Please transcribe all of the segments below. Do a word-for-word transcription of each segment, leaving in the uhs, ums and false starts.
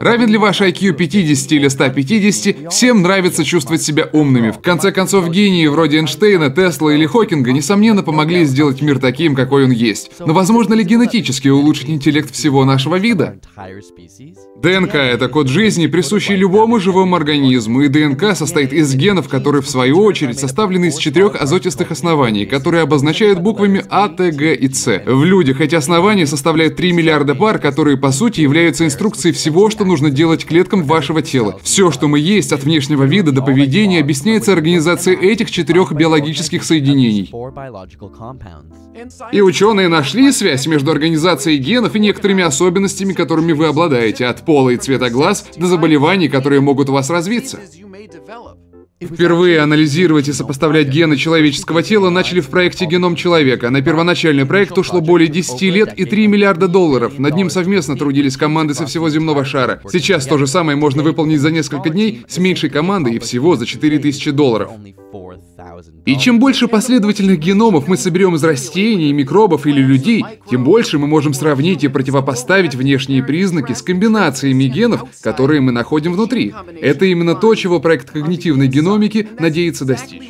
Равен ли ваш ай кью пятидесяти или ста пятидесяти, всем нравится чувствовать себя умными. В конце концов, гении вроде Эйнштейна, Тесла или Хокинга, несомненно, помогли сделать мир таким, какой он есть. Но возможно ли генетически улучшить интеллект всего нашего вида? ДНК — это код жизни, присущий любому живому организму, и ДНК состоит из генов, которые, в свою очередь, составлены из четырех азотистых оснований, которые обозначают буквами А, Т, Г и С. В людях эти основания составляют три миллиарда пар, которые, по сути, являются инструкцией всего, что нужно делать клеткам вашего тела. Все, что мы есть, от внешнего вида до поведения, объясняется организацией этих четырех биологических соединений. И ученые нашли связь между организацией генов и некоторыми особенностями, которыми вы обладаете, от пола и цвета глаз до заболеваний, которые могут у вас развиться. Впервые анализировать и сопоставлять гены человеческого тела начали в проекте «Геном человека». На первоначальный проект ушло более десяти лет и три миллиарда долларов. Над ним совместно трудились команды со всего земного шара. Сейчас то же самое можно выполнить за несколько дней с меньшей командой и всего за четыре тысячи долларов. И чем больше последовательных геномов мы соберем из растений, микробов или людей, тем больше мы можем сравнить и противопоставить внешние признаки с комбинациями генов, которые мы находим внутри. Это именно то, чего проект когнитивной геномики надеется достичь.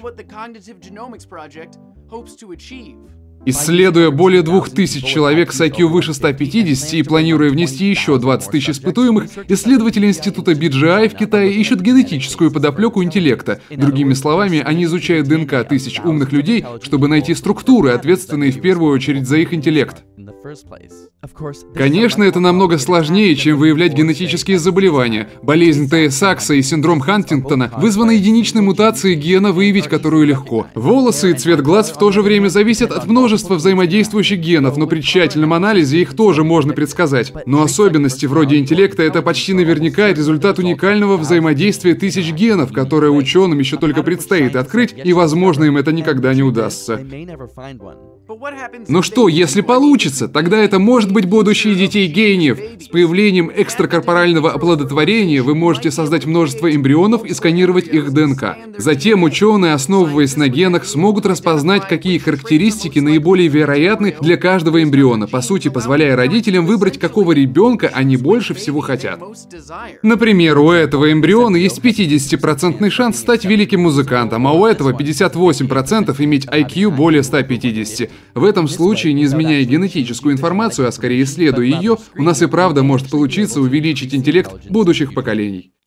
Исследуя более двух тысяч человек с ай кью выше ста пятидесяти и планируя внести еще двадцать тысяч испытуемых, исследователи института би джи ай в Китае ищут генетическую подоплеку интеллекта. Другими словами, они изучают ДНК тысяч умных людей, чтобы найти структуры, ответственные в первую очередь за их интеллект. Конечно, это намного сложнее, чем выявлять генетические заболевания. Болезнь Tay-Сакса и синдром Хантингтона вызваны единичной мутацией гена, выявить которую легко. Волосы и цвет глаз в то же время зависят от множества взаимодействующих генов, но при тщательном анализе их тоже можно предсказать. Но особенности вроде интеллекта — это почти наверняка результат уникального взаимодействия тысяч генов, которое ученым еще только предстоит открыть, и, возможно, им это никогда не удастся. Но что, если получится? Тогда это может быть будущее детей гениев. С появлением экстракорпорального оплодотворения вы можете создать множество эмбрионов и сканировать их ДНК. Затем ученые, основываясь на генах, смогут распознать, какие характеристики наиболее вероятны для каждого эмбриона, по сути, позволяя родителям выбрать, какого ребенка они больше всего хотят. Например, у этого эмбриона есть пятидесятипроцентный шанс стать великим музыкантом, а у этого пятьдесят восемь процентов иметь ай кью более ста пятидесяти. В этом случае, не изменяя генетическую информацию, а скорее исследуя ее, у нас и правда может получиться увеличить интеллект будущих поколений.